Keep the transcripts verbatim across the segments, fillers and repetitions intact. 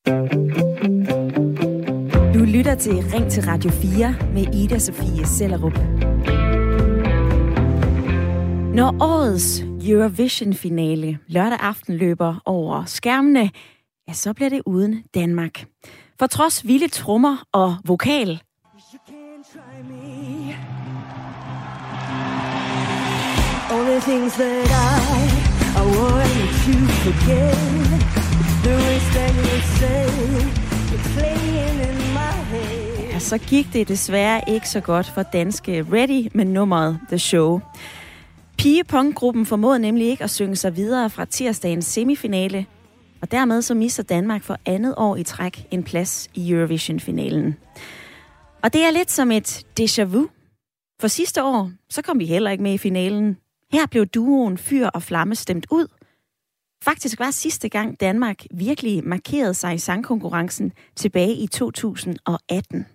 Du lytter til Ring til Radio fire med Ida Sofie Sellerup. Når årets Eurovision-finale lørdag aften løber over skærmene, ja, så bliver det uden Danmark. For trods vilde trommer og vokal, Only things that I, I want to forget. The words that you say, you're playing in my head. ja, så gik det desværre ikke så godt for danske Ready med nummeret The Show. Pigepong-gruppen formåede nemlig ikke at synge sig videre fra tirsdagens semifinale, og dermed så mister Danmark for andet år i træk en plads i Eurovision-finalen. Og det er lidt som et déjà vu. For sidste år, så kom vi heller ikke med i finalen. Her blev duoen Fyr og Flamme stemt ud. Faktisk var sidste gang Danmark virkelig markerede sig i sangkonkurrencen tilbage i to tusind og atten.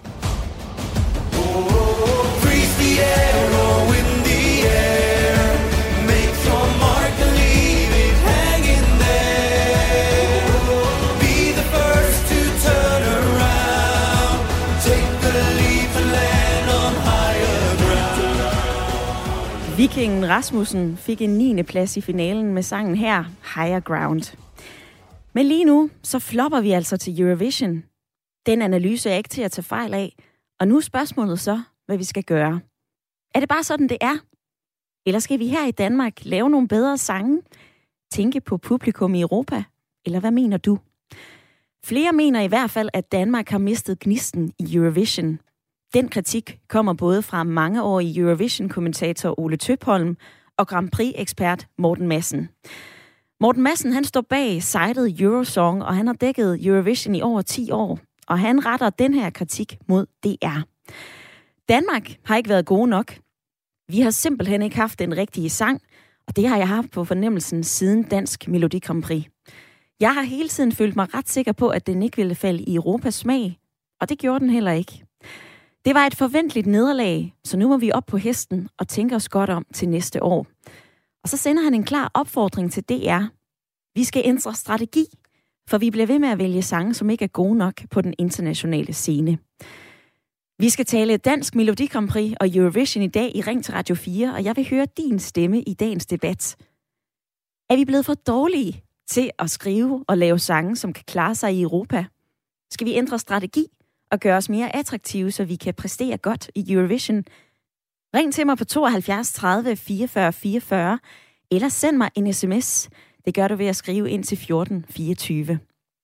Vikingen Rasmussen fik en niende plads i finalen med sangen her, Higher Ground. Men lige nu, så flopper vi altså til Eurovision. Den analyse er ikke til at tage fejl af. Og nu er spørgsmålet så, hvad vi skal gøre. Er det bare sådan, det er? Eller skal vi her i Danmark lave nogle bedre sange? Tænke på publikum i Europa? Eller hvad mener du? Flere mener i hvert fald, at Danmark har mistet gnisten i Eurovision. Den kritik kommer både fra mangeårige Eurovision-kommentator Ole Tøpholm og Grand Prix-ekspert Morten Madsen. Morten Madsen, han står bag sitet Eurosong, og han har dækket Eurovision i over ti år. Og han retter den her kritik mod D R. Danmark har ikke været gode nok. Vi har simpelthen ikke haft den rigtige sang, og det har jeg haft på fornemmelsen siden Dansk Melodi Grand Prix. Jeg har hele tiden følt mig ret sikker på, at den ikke ville falde i Europas smag, og det gjorde den heller ikke. Det var et forventeligt nederlag, så nu må vi op på hesten og tænke os godt om til næste år. Og så sender han en klar opfordring til D R. Vi skal ændre strategi, for vi bliver ved med at vælge sange, som ikke er gode nok på den internationale scene. Vi skal tale Dansk Melodi Grand Prix og Eurovision i dag i Ring til Radio fire, og jeg vil høre din stemme i dagens debat. Er vi blevet for dårlige til at skrive og lave sange, som kan klare sig i Europa? Skal vi ændre strategi og gøre os mere attraktive, så vi kan præstere godt i Eurovision? Ring til mig på tooghalvfjerds tredive fireogfyrre fireogfyrre, eller send mig en sms. Det gør du ved at skrive ind til fjorten fireogtyve.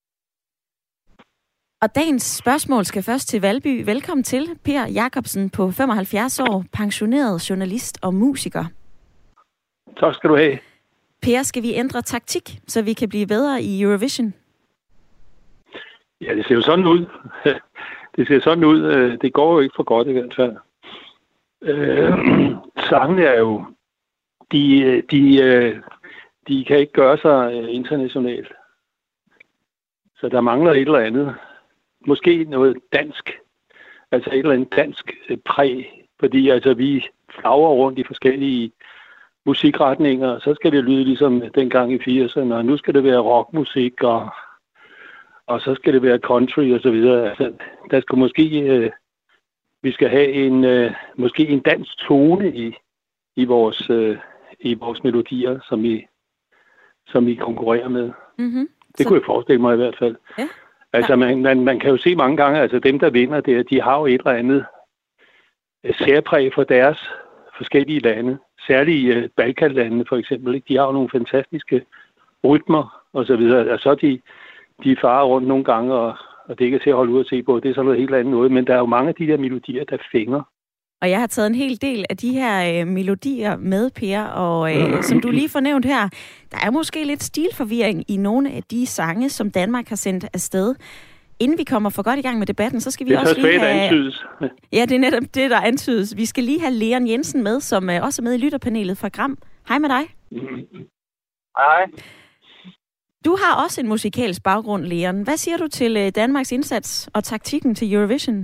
Og dagens spørgsmål skal først til Valby. Velkommen til, Per Jacobsen på femoghalvfjerds år, pensioneret journalist og musiker. Tak skal du have. Per, skal vi ændre taktik, så vi kan blive bedre i Eurovision? Ja, det ser jo sådan ud. Det ser sådan ud. Det går jo ikke for godt i hvert fald. Øh, sangene er jo... De, de, de kan ikke gøre sig internationalt. Så der mangler et eller andet. Måske noget dansk. Altså et eller andet dansk præg. Fordi altså vi flagrer rundt i forskellige musikretninger. Så skal det lyde ligesom dengang i firserne. Og nu skal det være rockmusik og... Og så skal det være country og så videre. Altså, der skal måske, øh, vi skal have en, øh, måske en dansk tone i, i, vores, øh, i vores melodier, som vi, som vi konkurrerer med. Mm-hmm. Det så... kunne jeg forestille mig i hvert fald. Ja. Altså, man, man, man kan jo se mange gange, altså dem, der vinder det, de har jo et eller andet særpræg for deres forskellige lande. Særligt øh, Balkanlandene for eksempel. Ikke? De har jo nogle fantastiske rytmer og så videre. Altså, de De farer rundt nogle gange, og, og det ikke er til at holde ud og se på. Det er sådan noget helt andet noget. Men der er jo mange af de der melodier, der fænger. Og jeg har taget en hel del af de her øh, melodier med, Per. Og øh, som du lige fornævnt her, der er måske lidt stilforvirring i nogle af de sange, som Danmark har sendt afsted. Inden vi kommer for godt i gang med debatten, så skal vi det også lige have... antydes. Ja, det er netop det, der antydes. Vi skal lige have Leon Jensen med, som øh, også er med i lytterpanelet fra Gram. Hej med dig. Hej. Du har også en musikalsk baggrund, Leon. Hvad siger du til Danmarks indsats og taktikken til Eurovision?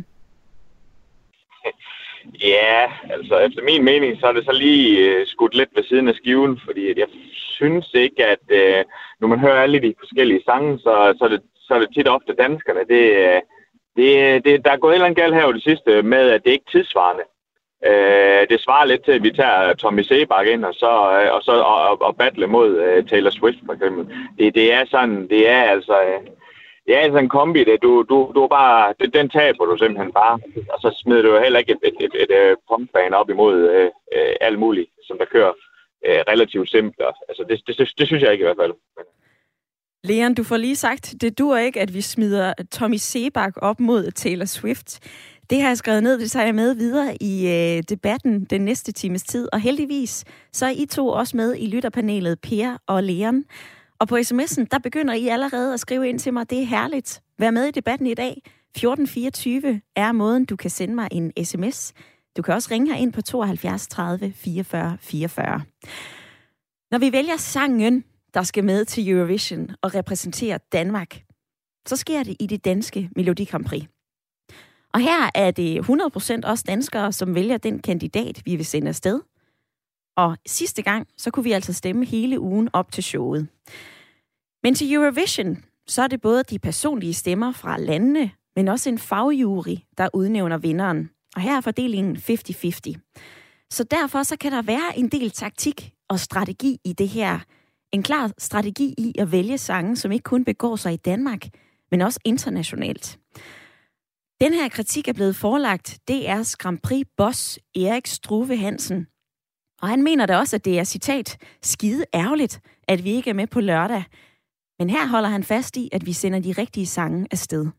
Ja, altså efter min mening, så er det så lige uh, skudt lidt ved siden af skiven, fordi jeg synes ikke, at uh, når man hører alle de forskellige sange, så, så, er det, så er det tit ofte danskerne. Det, det, det, der er gået et eller andet galt her over det sidste med, at det ikke er tidsvarende. Øh, det svarer lidt til, at vi tager Tommy Sebak ind og så, og, så og, og battle mod uh, Taylor Swift for eksempel. Det, det er sådan, det er altså... Det er altså en kombi, det. Du, du, du bare, det, den taber du simpelthen bare. Og så smider du jo heller ikke et, et, et, et, et pumpbane op imod øh, øh, alt muligt, som der kører øh, relativt simpelt. Altså, det, det, det, det synes jeg ikke i hvert fald. Leon, du får lige sagt, det dur ikke, at vi smider Tommy Sebak op mod Taylor Swift. Det har jeg skrevet ned, det tager jeg med videre i øh, debatten den næste times tid. Og heldigvis, så er I to også med i lytterpanelet, Per og Leon. Og på sms'en, der begynder I allerede at skrive ind til mig, det er herligt. Vær med i debatten i dag. fjorten fireogtyve er måden, du kan sende mig en sms. Du kan også ringe her ind på tooghalvfjerds tredive fireogfyrre fireogfyrre. Når vi vælger sangen, der skal med til Eurovision og repræsentere Danmark, så sker det i det danske Melodi Grand Prix. Og her er det hundrede procent os danskere, som vælger den kandidat, vi vil sende afsted. Og sidste gang, så kunne vi altså stemme hele ugen op til showet. Men til Eurovision, så er det både de personlige stemmer fra landene, men også en fagjury, der udnævner vinderen. Og her er fordelingen halvtreds halvtreds. Så derfor så kan der være en del taktik og strategi i det her. En klar strategi i at vælge sange, som ikke kun begår sig i Danmark, men også internationalt. Den her kritik er blevet forelagt D R's Grand Prix-boss Erik Struve Hansen. Og han mener da også, at det er, citat, skide ærgerligt, at vi ikke er med på lørdag. Men her holder han fast i, at vi sender de rigtige sange afsted.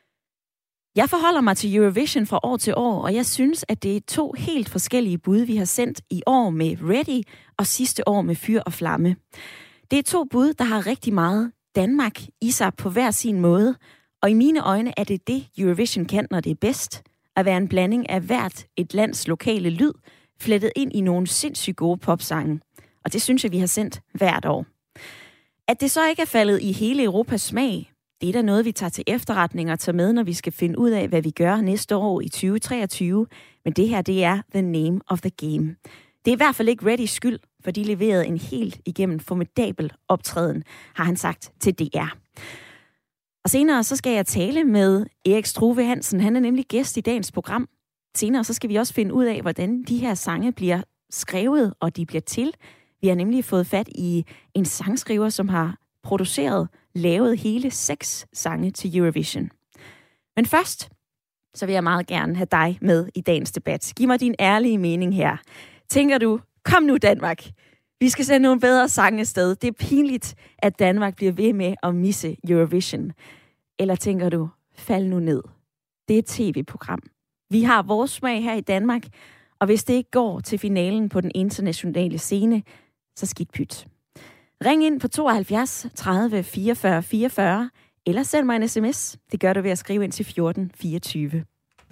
Jeg forholder mig til Eurovision fra år til år, og jeg synes, at det er to helt forskellige bud, vi har sendt i år med Ready og sidste år med Fyr og Flamme. Det er to bud, der har rigtig meget Danmark i sig på hver sin måde, og i mine øjne er det det, Eurovision kan, når det er bedst, at være en blanding af hvert et lands lokale lyd, flettet ind i nogle sindssygt gode popsange. Og det synes jeg, vi har sendt hvert år. At det så ikke er faldet i hele Europas smag, det er da noget, vi tager til efterretning og tager med, når vi skal finde ud af, hvad vi gør næste år i tyve treogtyve. Men det her, det er the name of the game. Det er i hvert fald ikke Readys skyld, for de leverede en helt igennem formidabel optræden, har han sagt til D R. Og senere så skal jeg tale med Erik Struve Hansen. Han er nemlig gæst i dagens program. Senere så skal vi også finde ud af, hvordan de her sange bliver skrevet, og de bliver til. Vi har nemlig fået fat i en sangskriver, som har produceret, lavet hele seks sange til Eurovision. Men først, så vil jeg meget gerne have dig med i dagens debat. Giv mig din ærlige mening her. Tænker du, kom nu Danmark, vi skal sende nogle bedre sange afsted. Det er pinligt, at Danmark bliver ved med at misse Eurovision. Eller tænker du, fald nu ned. Det er et tv-program. Vi har vores smag her i Danmark, og hvis det ikke går til finalen på den internationale scene, så skidt pyt. Ring ind på tooghalvfjerds tredive fireogfyrre fireogfyrre, eller send mig en sms. Det gør du ved at skrive ind til fjorten fireogtyve.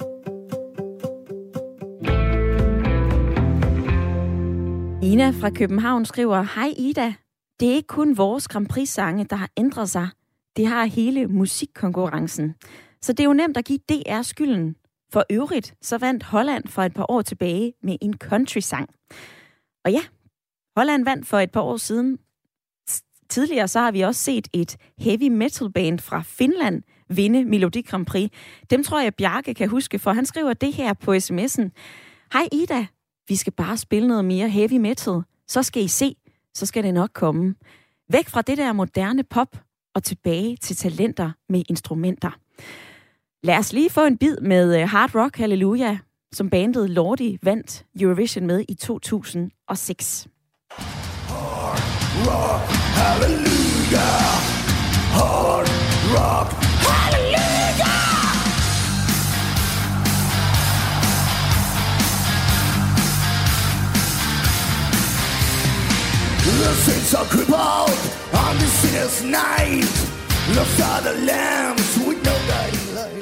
Ina fra København skriver, hej Ida, det er ikke kun vores Grand Prix-sange, der har ændret sig. Det har hele musikkonkurrencen. Så det er jo nemt at give D R skylden. For øvrigt, så vandt Holland for et par år tilbage med en country-sang. Og ja, Holland vandt for et par år siden. Tidligere så har vi også set et heavy metal band fra Finland vinde Melodi Grand Prix. Dem tror jeg, Bjarke kan huske, for han skriver det her på sms'en. Hej Ida, vi skal bare spille noget mere heavy metal. Så skal I se, så skal det nok komme. Væk fra det der moderne pop og tilbage til talenter med instrumenter. Lad os lige få en bid med Hard Rock Hallelujah, som bandet Lordi vandt Eurovision med i to tusind og seks. Hard rock hallelujah, hard rock hallelujah. The saints are crippled on the sinner's night. Lost are the lambs with no guiding light.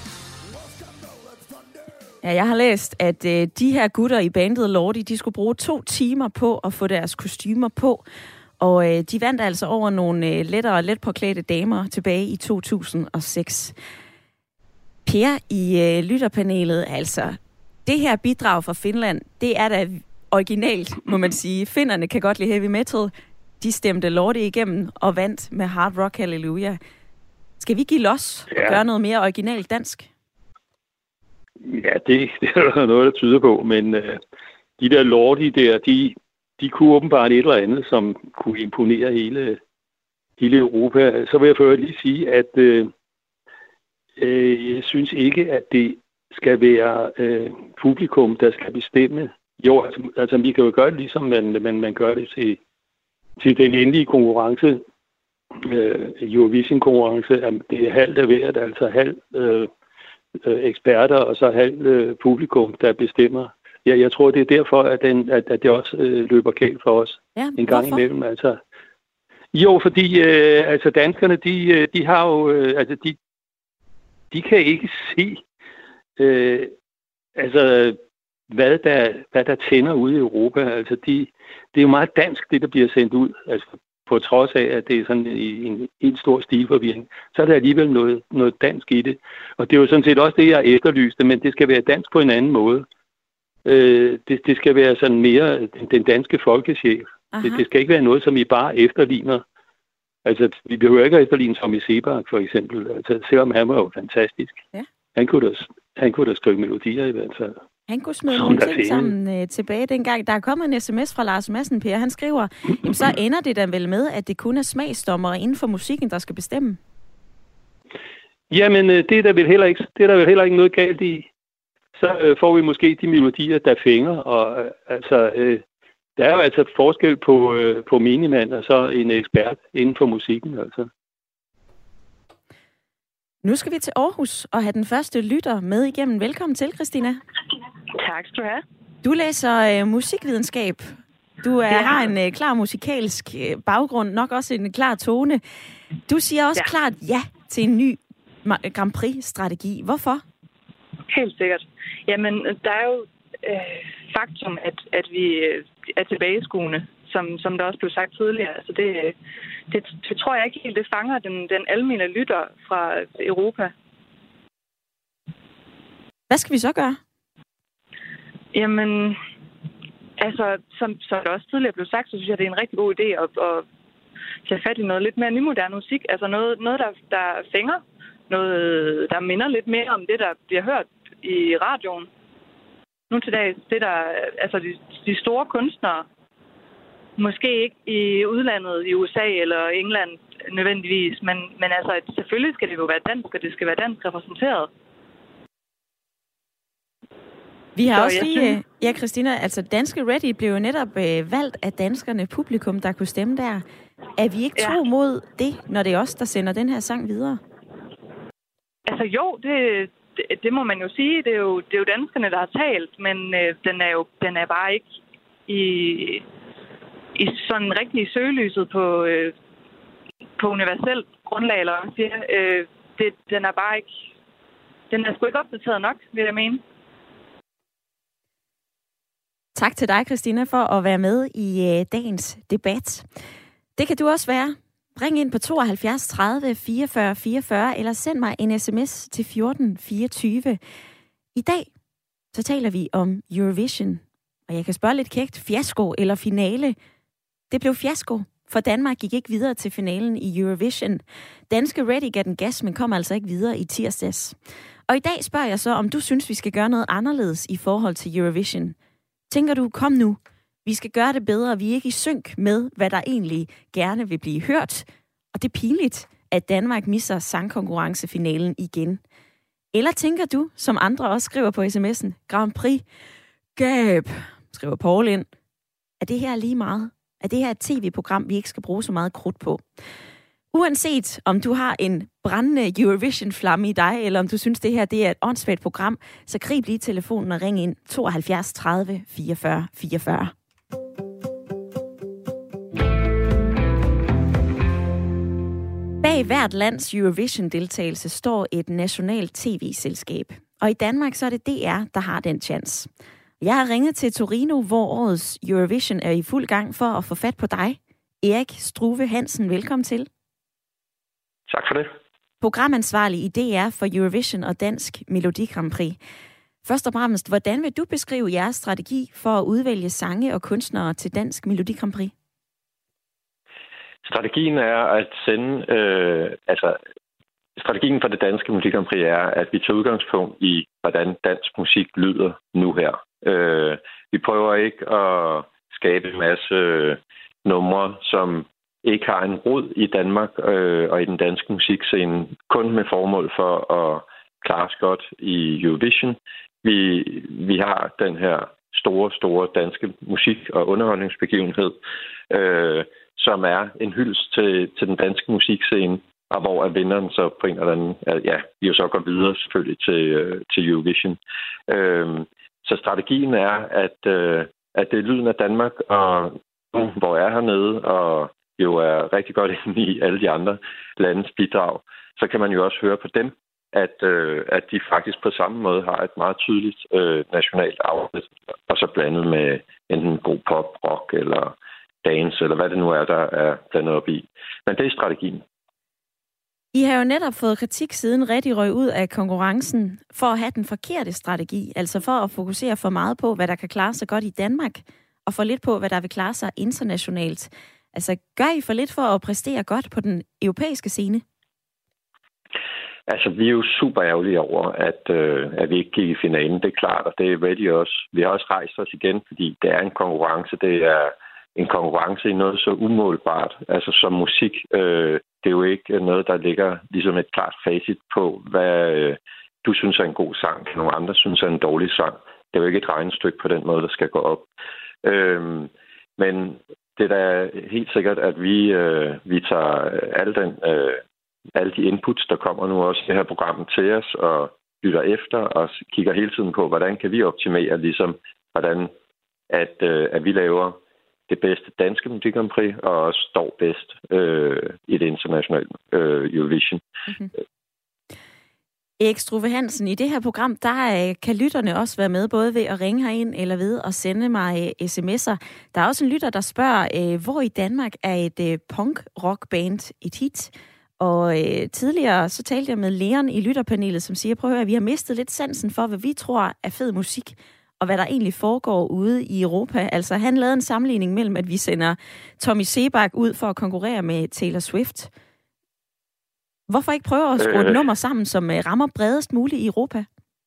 Ja, jeg har læst, at øh, de her gutter i bandet Lordi, de skulle bruge to timer på at få deres kostymer på. Og øh, de vandt altså over nogle øh, lettere og let påklædte damer tilbage i to tusind og seks. Per i øh, lytterpanelet, altså, det her bidrag fra Finland, det er da originalt, må man sige. Finnerne kan godt lide heavy metal. De stemte Lordi igennem og vandt med Hard Rock Hallelujah. Skal vi give los og Ja. gøre noget mere originalt dansk? Ja, det, det er der noget, der tyder på, men øh, de der lortige der, de, de kunne åbenbart et eller andet, som kunne imponere hele, hele Europa. Så vil jeg for lige sige, at øh, øh, jeg synes ikke, at det skal være øh, publikum, der skal bestemme. Jo, altså, altså vi kan jo gøre det ligesom man, man, man gør det til, til den endelige konkurrence, øh, Eurovision-konkurrence. Det er halvt af hvert, altså halvt øh, øh, eksperter og så halvt øh, publikum, der bestemmer. Ja, jeg tror, det er derfor, at, den, at, at det også øh, løber galt for os Ja, en gang hvorfor? imellem. Altså, jo, fordi øh, altså danskerne, de, de har jo, øh, altså de, de kan ikke se, øh, altså hvad der, hvad der tænder ude i Europa. Altså de, det er jo meget dansk, det der bliver sendt ud. Altså på trods af, at det er sådan en, en, en stor stilforvirring, så er der alligevel noget, noget dansk i det. Og det er jo sådan set også det, jeg efterlyste, men det skal være dansk på en anden måde. Øh, det, det skal være sådan mere den, den danske folkesjæl. Det, det skal ikke være noget, som I bare efterligner. Altså, vi behøver ikke at efterligne Tommy Sebak, for eksempel. Altså, selvom han var jo fantastisk. Ja. Han kunne da, han kunne da skrive melodier i hvert fald. Han kunne smide Sådan nogle der ting findes. sammen øh, tilbage dengang. Der er kommet en sms fra Lars Madsen, Per. Han skriver, jamen, så ender det da vel med, at det kun er smagsdommere inden for musikken, der skal bestemme. Jamen, øh, det er der vel heller ikke, det er der vel heller ikke noget galt i. Så øh, får vi måske de melodier, der fænger. Og øh, altså, øh, der er jo altså forskel på, øh, på minimand og så en ekspert inden for musikken, altså. Nu skal vi til Aarhus og have den første lytter med igennem. Velkommen til, Christina. Tak skal du have. Du læser øh, musikvidenskab. Du er, Ja. har en øh, klar musikalsk øh, baggrund, nok også en klar tone. Du siger også Ja. klart ja til en ny ma- Grand Prix-strategi. Hvorfor? Helt sikkert. Jamen, der er jo øh, faktum, at, at vi øh, er tilbageskuende, som, som der også blev sagt tidligere. Altså det, øh, det, det tror jeg ikke helt, det fanger den, den almene lytter fra Europa. Hvad skal vi så gøre? Jamen, altså, som, som der også tidligere blev sagt, så synes jeg, det er en rigtig god idé at, at tage fat i noget lidt mere nymoderne musik. Altså noget, noget der, der fænger. Noget, der minder lidt mere om det, der bliver hørt i radioen. Nu til dag, det der, altså de, de store kunstnere, måske ikke i udlandet, i U S A eller England nødvendigvis, men, men altså selvfølgelig skal det jo være dansk, og det skal være dansk repræsenteret. Vi har Så også jeg lige... synes- øh, Ja, Christina, altså Danske Ready blev jo netop øh, valgt af danskerne, publikum, der kunne stemme der. Er vi ikke Ja. tro mod det, når det er os, der sender den her sang videre? Altså jo, det, det, det må man jo sige. Det er jo, det er jo danskerne, der har talt, men øh, den er jo den er bare ikke i, i sådan rigtig søgelyset på, øh, på universelt grundlag, eller hvad man siger. Øh, det, den er bare ikke... Den er sgu ikke opdateret nok, vil jeg mene. Tak til dig, Christina, for at være med i øh, dagens debat. Det kan du også være. Ring ind på tooghalvfjerds tredive fireogfyrre fireogfyrre, eller send mig en sms til fjorten fireogtyve. I dag så taler vi om Eurovision. Og jeg kan spørge lidt kægt, fiasko eller finale? Det blev fiasko, for Danmark gik ikke videre til finalen i Eurovision. Danske Ready gav den gas, men kom altså ikke videre i tirsdags. Og i dag spørger jeg så, om du synes, vi skal gøre noget anderledes i forhold til Eurovision. Tænker du, kom nu, vi skal gøre det bedre, vi er ikke i synk med, hvad der egentlig gerne vil blive hørt. Og det er pinligt, at Danmark misser sangkonkurrencefinalen igen. Eller tænker du, som andre også skriver på sms'en, Grand Prix, gab, skriver Paul ind, er det her lige meget? Er det her et tv-program, vi ikke skal bruge så meget krudt på? Uanset om du har en brændende Eurovision-flamme i dig, eller om du synes, det her det er et åndssvagt program, så grib lige telefonen og ring ind tooghalvfjerds tredive fireogfyrre fireogfyrre. Bag hvert lands Eurovision-deltagelse står et nationalt tv-selskab. Og i Danmark så er det D R, der har den chance. Jeg har ringet til Torino, hvor årets Eurovision er i fuld gang for at få fat på dig. Erik Struve Hansen, velkommen til. Tak for det. Programansvarlig i D R for Eurovision og Dansk Melodi Grand Prix. Først og fremmest, hvordan vil du beskrive jeres strategi for at udvælge sange og kunstnere til Dansk Melodi Grand Prix? Strategien er at sende, øh, altså strategien for det danske Melodi Grand Prix er, at vi tager udgangspunkt i, hvordan dansk musik lyder nu her. Øh, vi prøver ikke at skabe en masse numre, som ikke har en rod i Danmark øh, og i den danske musikscene, kun med formål for at klare os godt i Eurovision. Vi, vi har den her store, store danske musik- og underholdningsbegivenhed, øh, som er en hyldest til, til den danske musikscene, og hvor er vinderen så på en eller anden... Ja, vi jo så går videre selvfølgelig til, øh, til Eurovision. Øh, så strategien er, at, øh, at det er lyden af Danmark, og hvor jeg er hernede, og jo er rigtig godt inde i alle de andre landes bidrag, så kan man jo også høre på dem, at, øh, at de faktisk på samme måde har et meget tydeligt øh, nationalt afsnit, og så blandet med enten god pop, rock eller dance, eller hvad det nu er, der er blandet op i. Men det er strategien. I har jo netop fået kritik siden rigtig røg ud af konkurrencen for at have den forkerte strategi, altså for at fokusere for meget på, hvad der kan klare sig godt i Danmark, og for lidt på, hvad der vil klare sig internationalt. Altså, gør I for lidt for at præstere godt på den europæiske scene? Altså, vi er jo super ærgerlige over, at, øh, at vi ikke gik i finalen. Det er klart, og det er ready også. Vi har også rejst os igen, fordi det er en konkurrence. Det er en konkurrence i noget så umålbart. Altså, som musik, øh, det er jo ikke noget, der ligger ligesom et klart facit på, hvad øh, du synes er en god sang, og nogle andre synes er en dårlig sang. Det er jo ikke et regnestykke på den måde, der skal gå op. Øh, men det er da helt sikkert, at vi, øh, vi tager al den... Øh, alle de inputs, der kommer nu også i det her program til os, og lytter efter, og kigger hele tiden på, hvordan kan vi optimere, ligesom hvordan at, øh, at vi laver det bedste danske Melodi Grand Prix, og også står bedst øh, i det internationale øh, Eurovision. Mm-hmm. Erik Struve Hansen, i det her program, der kan lytterne også være med, både ved at ringe herind, eller ved at sende mig sms'er. Der er også en lytter, der spørger, hvor i Danmark er et punk-rock-band et hit? Og øh, tidligere så talte jeg med Leon i lytterpanelet, som siger, prøv at høre, vi har mistet lidt sansen for, hvad vi tror er fed musik, og hvad der egentlig foregår ude i Europa. Altså, han lavede en sammenligning mellem, at vi sender Tommy Sebak ud for at konkurrere med Taylor Swift. Hvorfor ikke prøve at skrue øh, et nummer sammen, som rammer bredest muligt i Europa?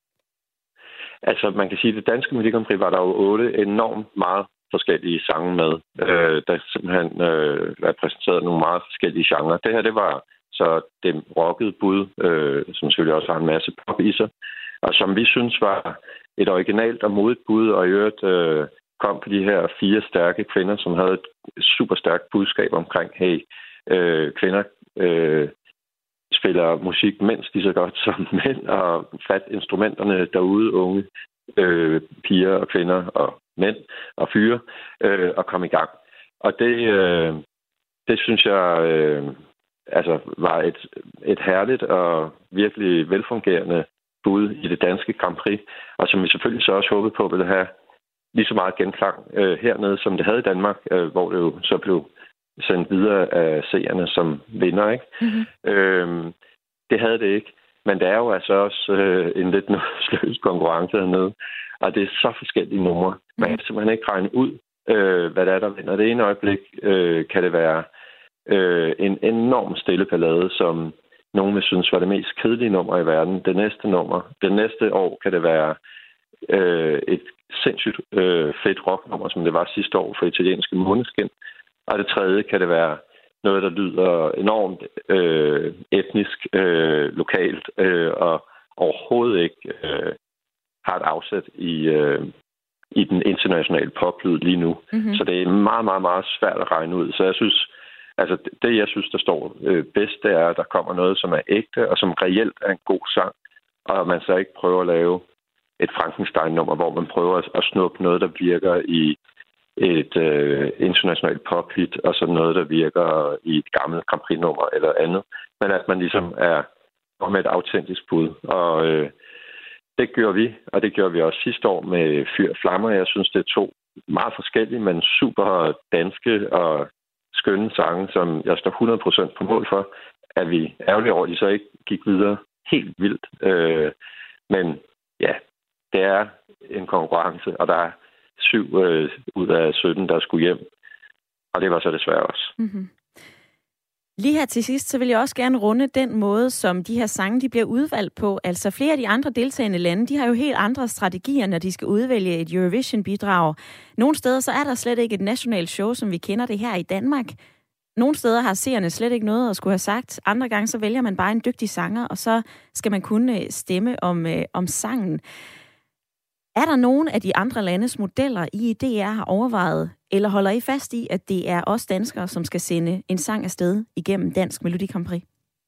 Altså, man kan sige, at det danske Melodi Grand Prix var der jo otte enormt meget forskellige sange med, øh, der simpelthen øh, repræsenterede nogle meget forskellige genrer. Det her, det var så det rockede bud, øh, som selvfølgelig også har en masse pop i sig, og som vi synes var et originalt og modigt bud, og i øvrigt øh, kom på de her fire stærke kvinder, som havde et super stærkt budskab omkring, hey, øh, kvinder øh, spiller musik mindst lige så godt som mænd, og fat instrumenterne derude, unge øh, piger og kvinder og mænd og fyre, øh, og komme i gang. Og det, øh, det synes jeg øh, altså var et, et herligt og virkelig velfungerende bud i det danske Grand Prix, og som vi selvfølgelig så også håbede på ville have lige så meget genklang øh, hernede, som det havde i Danmark, øh, hvor det jo så blev sendt videre af seerne som vinder, ikke? Mm-hmm. Øh, det havde det ikke. Men det er jo altså også øh, en lidt sløs konkurrence hernede. Og det er så forskellige numre. Man kan simpelthen ikke regne ud, øh, hvad der er, der vinder. Det ene øjeblik øh, kan det være øh, en enorm stille ballade, som nogen vil synes var det mest kedelige nummer i verden. Det næste nummer, det næste år kan det være øh, et sindssygt øh, fedt rocknummer, som det var sidste år for italienske Måneskin. Og det tredje kan det være noget, der lyder enormt øh, etnisk, øh, lokalt, øh, og overhovedet ikke øh, har et afsæt i, øh, i den internationale poplyd lige nu. Mm-hmm. Så det er meget, meget, meget svært at regne ud. Så jeg synes, altså det, jeg synes, der står øh, bedst, det er, at der kommer noget, som er ægte, og som reelt er en god sang, og man så ikke prøver at lave et Frankenstein-nummer, hvor man prøver at, at snuppe noget, der virker i et øh, internationalt pophit, og så noget, der virker i et gammelt Grand Prix-nummer eller andet. Men at man ligesom er med et autentisk bud. Og øh, det gjorde vi, og det gjorde vi også sidste år med Fyr og Flammer. Jeg synes, det er to meget forskellige, men super danske og skønne sange, som jeg står hundrede procent på mål for, at vi ærgerlige over, at de så ikke gik videre helt vildt. Øh, men ja, det er en konkurrence, og der er syv øh, ud af sytten, der skulle hjem. Og det var så desværre også. Mm-hmm. Lige her til sidst, så vil jeg også gerne runde den måde, som de her sange de bliver udvalgt på. Altså flere af de andre deltagende lande, de har jo helt andre strategier, når de skal udvælge et Eurovision-bidrag. Nogle steder så er der slet ikke et nationalt show, som vi kender det her i Danmark. Nogle steder har seerne slet ikke noget at skulle have sagt. Andre gange så vælger man bare en dygtig sanger, og så skal man kunne stemme om, øh, om sangen. Er der nogen af de andre landes modeller, I i D R har overvejet, eller holder I fast i, at det er os danskere, som skal sende en sang afsted igennem Dansk Melodi Grand Prix?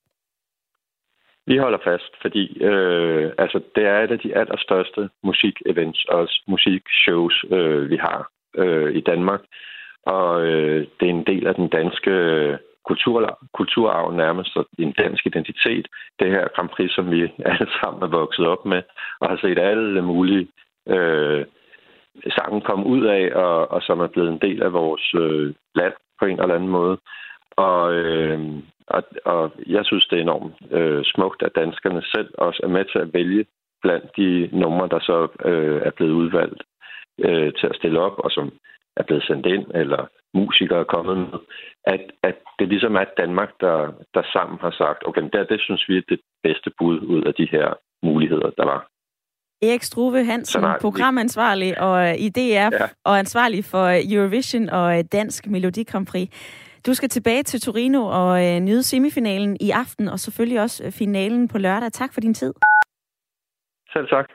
Vi holder fast, fordi øh, altså, det er et af de allerstørste musikevents og musikshows, øh, vi har øh, i Danmark. Og øh, det er en del af den danske kultur, kulturarv nærmest, og en dansk identitet. Det her Grand Prix, som vi alle sammen er vokset op med, og har set alle mulige øh, sange komme ud af, og, og som er blevet en del af vores øh, land på en eller anden måde. Og, øh, og, og jeg synes, det er enormt øh, smukt, at danskerne selv også er med til at vælge blandt de numre, der så øh, er blevet udvalgt øh, til at stille op, og som er blevet sendt ind, eller musikere er kommet med, at, at det ligesom er Danmark, der, der sammen har sagt, okay, det, det synes vi er det bedste bud ud af de her muligheder, der var. Erik Struve Hansen, nej, programansvarlig og i D R, ja. Og ansvarlig for Eurovision og Dansk Melodi Grand Prix. Du skal tilbage til Torino og nyde semifinalen i aften, og selvfølgelig også finalen på lørdag. Tak for din tid. Selv tak.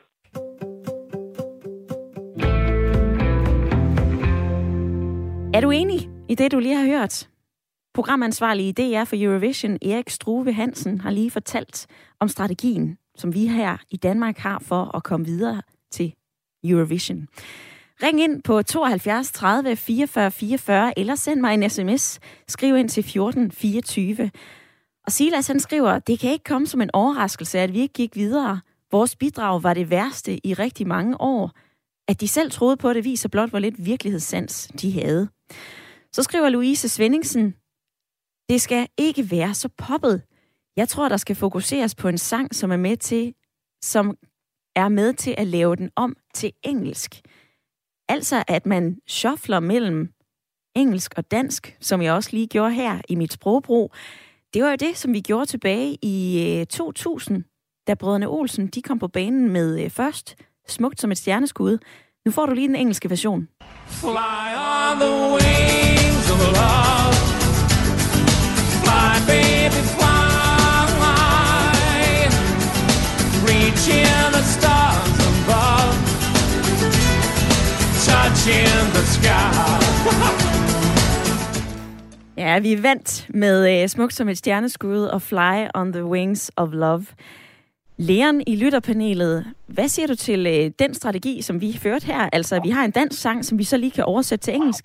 Er du enig i det, du lige har hørt? Programansvarlig i D R for Eurovision, Erik Struve Hansen, har lige fortalt om strategien, som vi her i Danmark har for at komme videre til Eurovision. Ring ind på tooghalvfjerds tredive fireogfyrre fireogfyrre, eller send mig en sms. Skriv ind til fjorten fireogtyve. Og Silas han skriver, det kan ikke komme som en overraskelse, at vi ikke gik videre. Vores bidrag var det værste i rigtig mange år. At de selv troede på det, viser blot, hvor lidt virkelighedssans de havde. Så skriver Louise Svendingsen, det skal ikke være så poppet. Jeg tror, der skal fokuseres på en sang, som er med til, som er med til at lave den om til engelsk. Altså, at man shuffler mellem engelsk og dansk, som jeg også lige gjorde her i mit sprogbrug. Det var jo det, som vi gjorde tilbage i to tusind, da brødrene Olsen de kom på banen med først Smukt som et stjerneskud. Nu får du lige den engelske version. Fly on the wings of love. Fly, baby, fly. Reach in the stars above. Touch in the sky. Ja, vi er vant med uh, Smukt som et stjerneskud og Fly on the wings of love. Leon i lytterpanelet, hvad siger du til øh, den strategi, som vi førte her? Altså, vi har en dansk sang, som vi så lige kan oversætte til engelsk.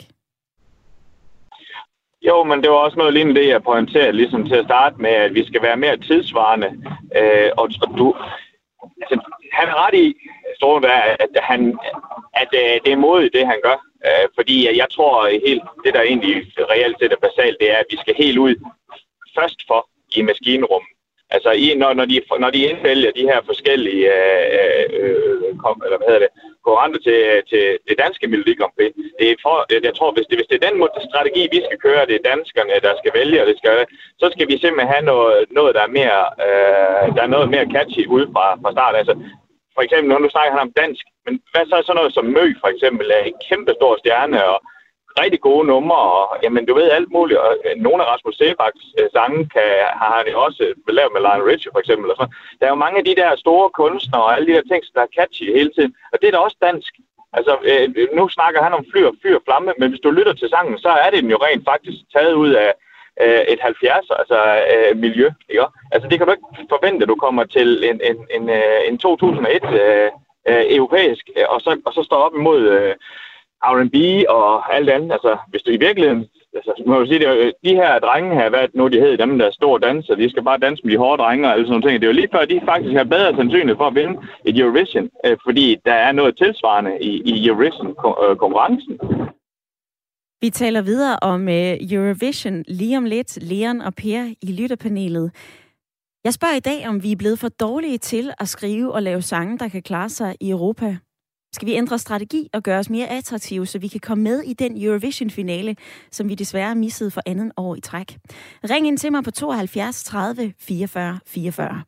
Jo, men det var også noget lignende det, jeg pointerede ligesom til at starte med, at vi skal være mere tidsvarende. Øh, og, og du, altså, han er ret i, står der, at, han, at øh, det er modigt, det han gør. Øh, fordi jeg tror, helt det der egentlig reelt set er basalt, det er, at vi skal helt ud først for i maskinrummet. Altså, i, når, når, de, når de indvælger de her forskellige øh, øh, kom, eller hvad hedder det, konkurrenter til, til det danske Melodi Grand Prix, det er for, jeg tror, hvis det, hvis det er den måde, strategi, vi skal køre, det er danskerne, der skal vælge, og det skal, så skal vi simpelthen have noget, noget der er mere, øh, der er noget mere catchy ude fra, fra start. Altså, for eksempel, når du snakker han om dansk, men hvad så er sådan noget som Mø, for eksempel, er en kæmpe stor stjerne, og rigtig gode numre, og jamen, du ved alt muligt, og nogle af Rasmus Seebachs øh, sange kan, har han jo også lavet med Lionel Richie, for eksempel, og sådan. Der er jo mange af de der store kunstnere, og alle de der ting, der er catchy hele tiden, og det er da også dansk. Altså, øh, nu snakker han om fyr, fyr, flamme, men hvis du lytter til sangen, så er det den jo rent faktisk taget ud af øh, et halvfjerdser, altså øh, miljø, ikke? Altså, det kan du ikke forvente, at du kommer til en, en, en, en to tusind og et øh, øh, europæisk, og så, og så står op imod øh, R and B og alt andet. Altså, hvis du i virkeligheden, altså, må jeg sige, det er, de her drenge her, hvad nu de hedder, dem der er store danser, de skal bare danse med de hårde drenge og alle sådan ting. Det er jo lige før, de faktisk har bedre sandsynlighed for at vinde et Eurovision, øh, fordi der er noget tilsvarende i, i Eurovision-konkurrencen. Vi taler videre om øh, Eurovision lige om lidt, Leon og Per i lytterpanelet. Jeg spørger i dag, om vi er blevet for dårlige til at skrive og lave sange, der kan klare sig i Europa. Skal vi ændre strategi og gøre os mere attraktive, så vi kan komme med i den Eurovision-finale, som vi desværre missede for anden år i træk? Ring ind til mig på tooghalvfjerds tredive fireogfyrre fireogfyrre.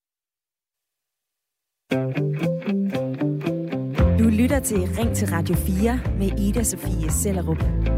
Du lytter til Ring til Radio fire med Ida Sofie Sellerup,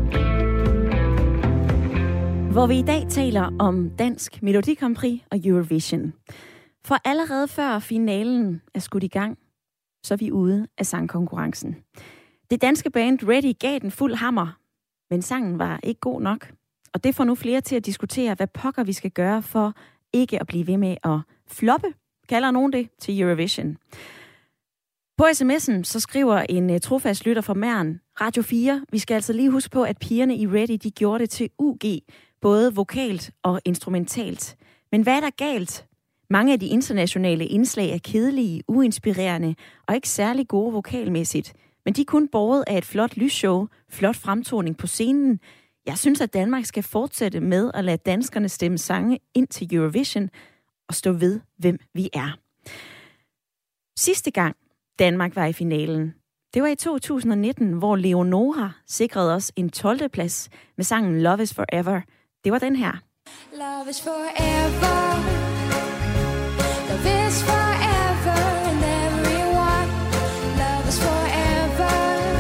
hvor vi i dag taler om Dansk Melodi Grand Prix og Eurovision. For allerede før finalen er skudt i gang, så er vi ude af sangkonkurrencen. Det danske band Ready gav den fuld hammer, men sangen var ikke god nok. Og det får nu flere til at diskutere, hvad pokker vi skal gøre for ikke at blive ved med at floppe, kalder nogen det, til Eurovision. På sms'en så skriver en uh, trofast lytter fra Mæren, Radio fire, vi skal altså lige huske på, at pigerne i Ready, de gjorde det til U G, både vokalt og instrumentalt. Men hvad er der galt? Mange af de internationale indslag er kedelige, uinspirerende og ikke særlig gode vokalmæssigt. Men de er kun båret af et flot lysshow, flot fremtoning på scenen. Jeg synes, at Danmark skal fortsætte med at lade danskerne stemme sange ind til Eurovision og stå ved, hvem vi er. Sidste gang Danmark var i finalen, det var i to tusind nitten, hvor Leonora sikrede os en tolvte plads med sangen Love is Forever. Det var den her. Love is forever. Love is forever and everyone. Love is forever.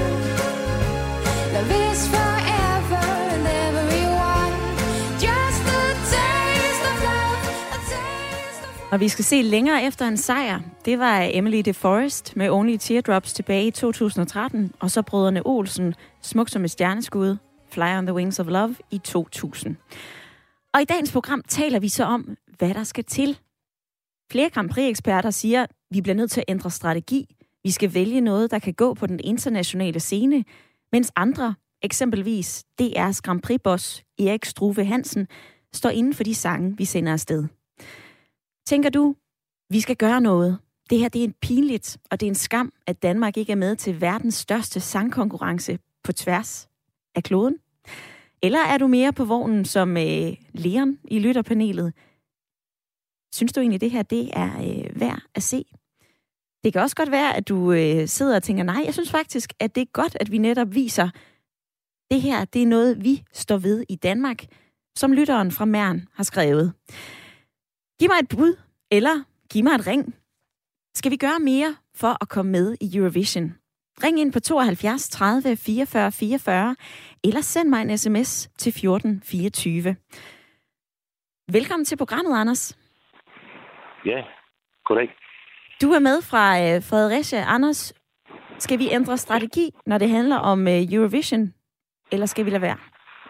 Love is forever and everyone. Just a taste of love, a taste of... Og vi skal se længere efter en sejr. Det var Emily DeForest med Only Teardrops tilbage i to tusind og tretten, og så brødrene Olsen, Smuk som et stjerneskud, Fly on the Wings of Love i to tusind. Og i dagens program taler vi så om, hvad der skal til. Flere Grand Prix-eksperter siger, at vi bliver nødt til at ændre strategi. Vi skal vælge noget, der kan gå på den internationale scene, mens andre, eksempelvis D R's Grand Prix-boss Erik Struve Hansen, står inden for de sange, vi sender afsted. Tænker du, vi skal gøre noget? Det her det er en pinligt, og det er en skam, at Danmark ikke er med til verdens største sangkonkurrence på tværs af kloden. Eller er du mere på vognen som øh, Leon i lytterpanelet? Synes du egentlig, det her det er øh, værd at se? Det kan også godt være, at du øh, sidder og tænker, nej, jeg synes faktisk, at det er godt, at vi netop viser, det her det er noget, vi står ved i Danmark, som lytteren fra Mæren har skrevet. Giv mig et bud, eller giv mig et ring. Skal vi gøre mere for at komme med i Eurovision? Ring ind på tooghalvfjerds tredive fireogfyrre fireogfyrre, eller send mig en sms til fjorten fireogtyve. Velkommen til programmet, Anders. Ja, goddag. Du er med fra øh, Fredericia. Anders, skal vi ændre strategi, når det handler om øh, Eurovision, eller skal vi lade være?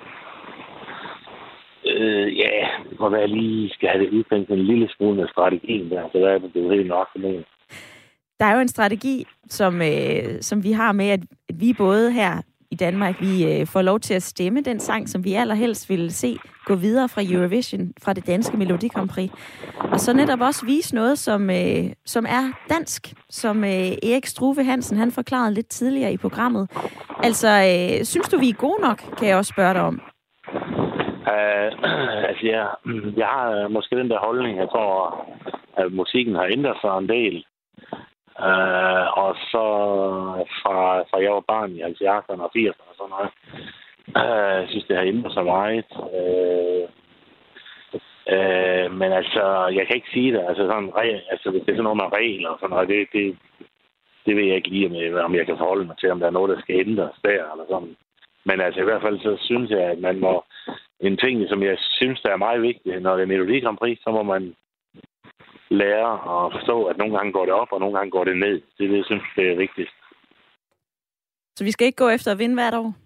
Øh, ja, det må være, at jeg lige skal have det udpændt en lille smule med strategien der, så der er det jo helt nok for mig. Der er jo en strategi, som, øh, som vi har med, at, at vi både her i Danmark, vi øh, får lov til at stemme den sang, som vi allerhelst vil se gå videre fra Eurovision, fra det danske Melodi Grand Prix. Og så netop også vise noget, som, øh, som er dansk, som øh, Erik Struve Hansen, han forklarede lidt tidligere i programmet. Altså, øh, synes du, vi er gode nok, kan jeg også spørge dig om? Uh, altså, jeg, jeg har måske den der holdning, jeg tror, at musikken har ændret sig en del. Uh, og så fra, fra jeg var barn i halvfjerdserne og firserne og sådan noget, uh, jeg synes, det har ændret sig meget. Uh, uh, men altså, jeg kan ikke sige det. Altså, sådan, altså hvis det er sådan noget med regler og sådan noget, det, det, det ved jeg ikke lige, om jeg kan forholde mig til, om der er noget, der skal ændres der eller sådan. Men altså, i hvert fald så synes jeg, at man må... En ting, som jeg synes, der er meget vigtigt, når det er Melodi Grand Prix, så må man lære at forstå, at nogle gange går det op, og nogle gange går det ned. Det er det, jeg synes, det er vigtigt. Så vi skal ikke gå efter at vinde hvert år?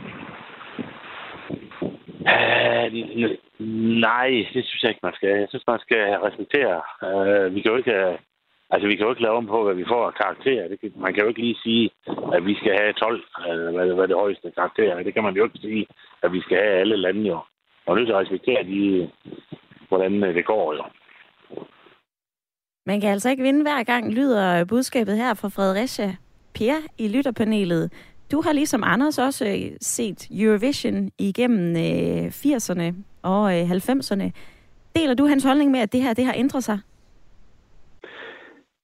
Uh, nej, det synes jeg ikke, man skal. Jeg synes, man skal respektere. Uh, vi kan jo ikke... Altså, vi kan jo ikke lave om på, hvad vi får af karakterer. Det kan, man kan jo ikke lige sige, at vi skal have tolv, eller hvad, hvad det højeste karakter er. Det kan man jo ikke sige, at vi skal have alle lande jo. Og nødt til at respektere de, hvordan det går jo. Man kan altså ikke vinde hver gang, lyder budskabet her fra Fredericia. Per i lytterpanelet, du har ligesom Anders også set Eurovision igennem øh, firserne og øh, halvfemserne. Deler du hans holdning med, at det her det har ændret sig?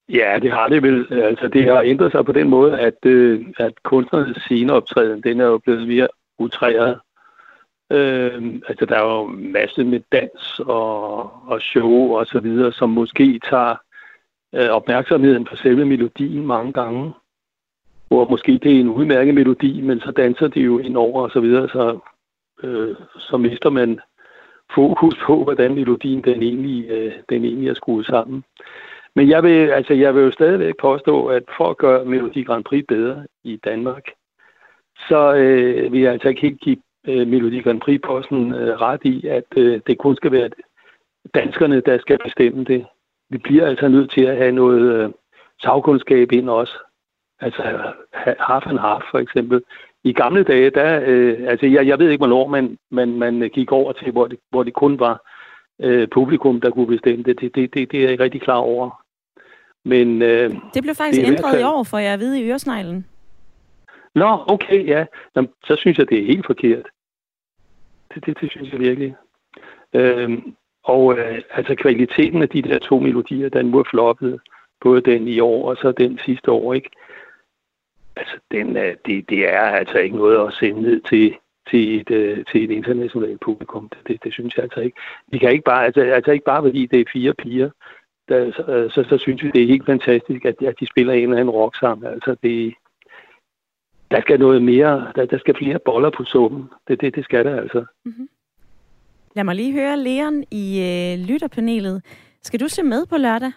Ja, det har det vel. Altså, det har ændret sig på den måde, at, øh, at kunstnernes sceneoptræden, den er jo blevet mere utræret. Øh, altså, der er jo masse med dans og, og show og så videre, som måske tager øh, opmærksomheden på selve melodien mange gange. Hvor måske det er en udmærket melodi, men så danser de jo ind over og så videre, så, øh, så mister man fokus på, hvordan melodien den egentlig, øh, den egentlig er skruet sammen. Men jeg vil, altså, jeg vil jo stadigvæk påstå, at for at gøre Melodi Grand Prix bedre i Danmark, så øh, vil jeg altså ikke helt give øh, Melodi Grand Prix-posten øh, ret i, at øh, det kun skal være danskerne, der skal bestemme det. Vi bliver altså nødt til at have noget øh, sagkundskab ind også. Altså half and half for eksempel. I gamle dage, der, øh, altså jeg, jeg ved ikke, hvornår man, man, man gik over til, hvor det, hvor det kun var øh, publikum, der kunne bestemme det. Det, det, det. det er jeg ikke rigtig klar over. Men, øh, det blev faktisk det ændret fald... i år, for jeg at vide i øresneglen. Nå, okay, ja. Jamen, så synes jeg, det er helt forkert. Det, det, det synes jeg virkelig. Øh, og øh, altså kvaliteten af de der to melodier, den var floppet. Både den i år og så den sidste år, ikke? Altså, den, det, det er altså ikke noget at sende ned til, til, et, til et internationalt publikum. Det, det, det synes jeg altså ikke. Vi kan ikke bare, altså, altså ikke bare fordi det er fire piger, der, så, så, så synes vi, det er helt fantastisk, at, at de spiller en eller anden rock-sang. Altså, det, der skal noget mere, der, der skal flere boller på suppen. Det, det, det skal der altså. Mm-hmm. Lad mig lige høre Leon i øh, lytterpanelet. Skal du se med på lørdag?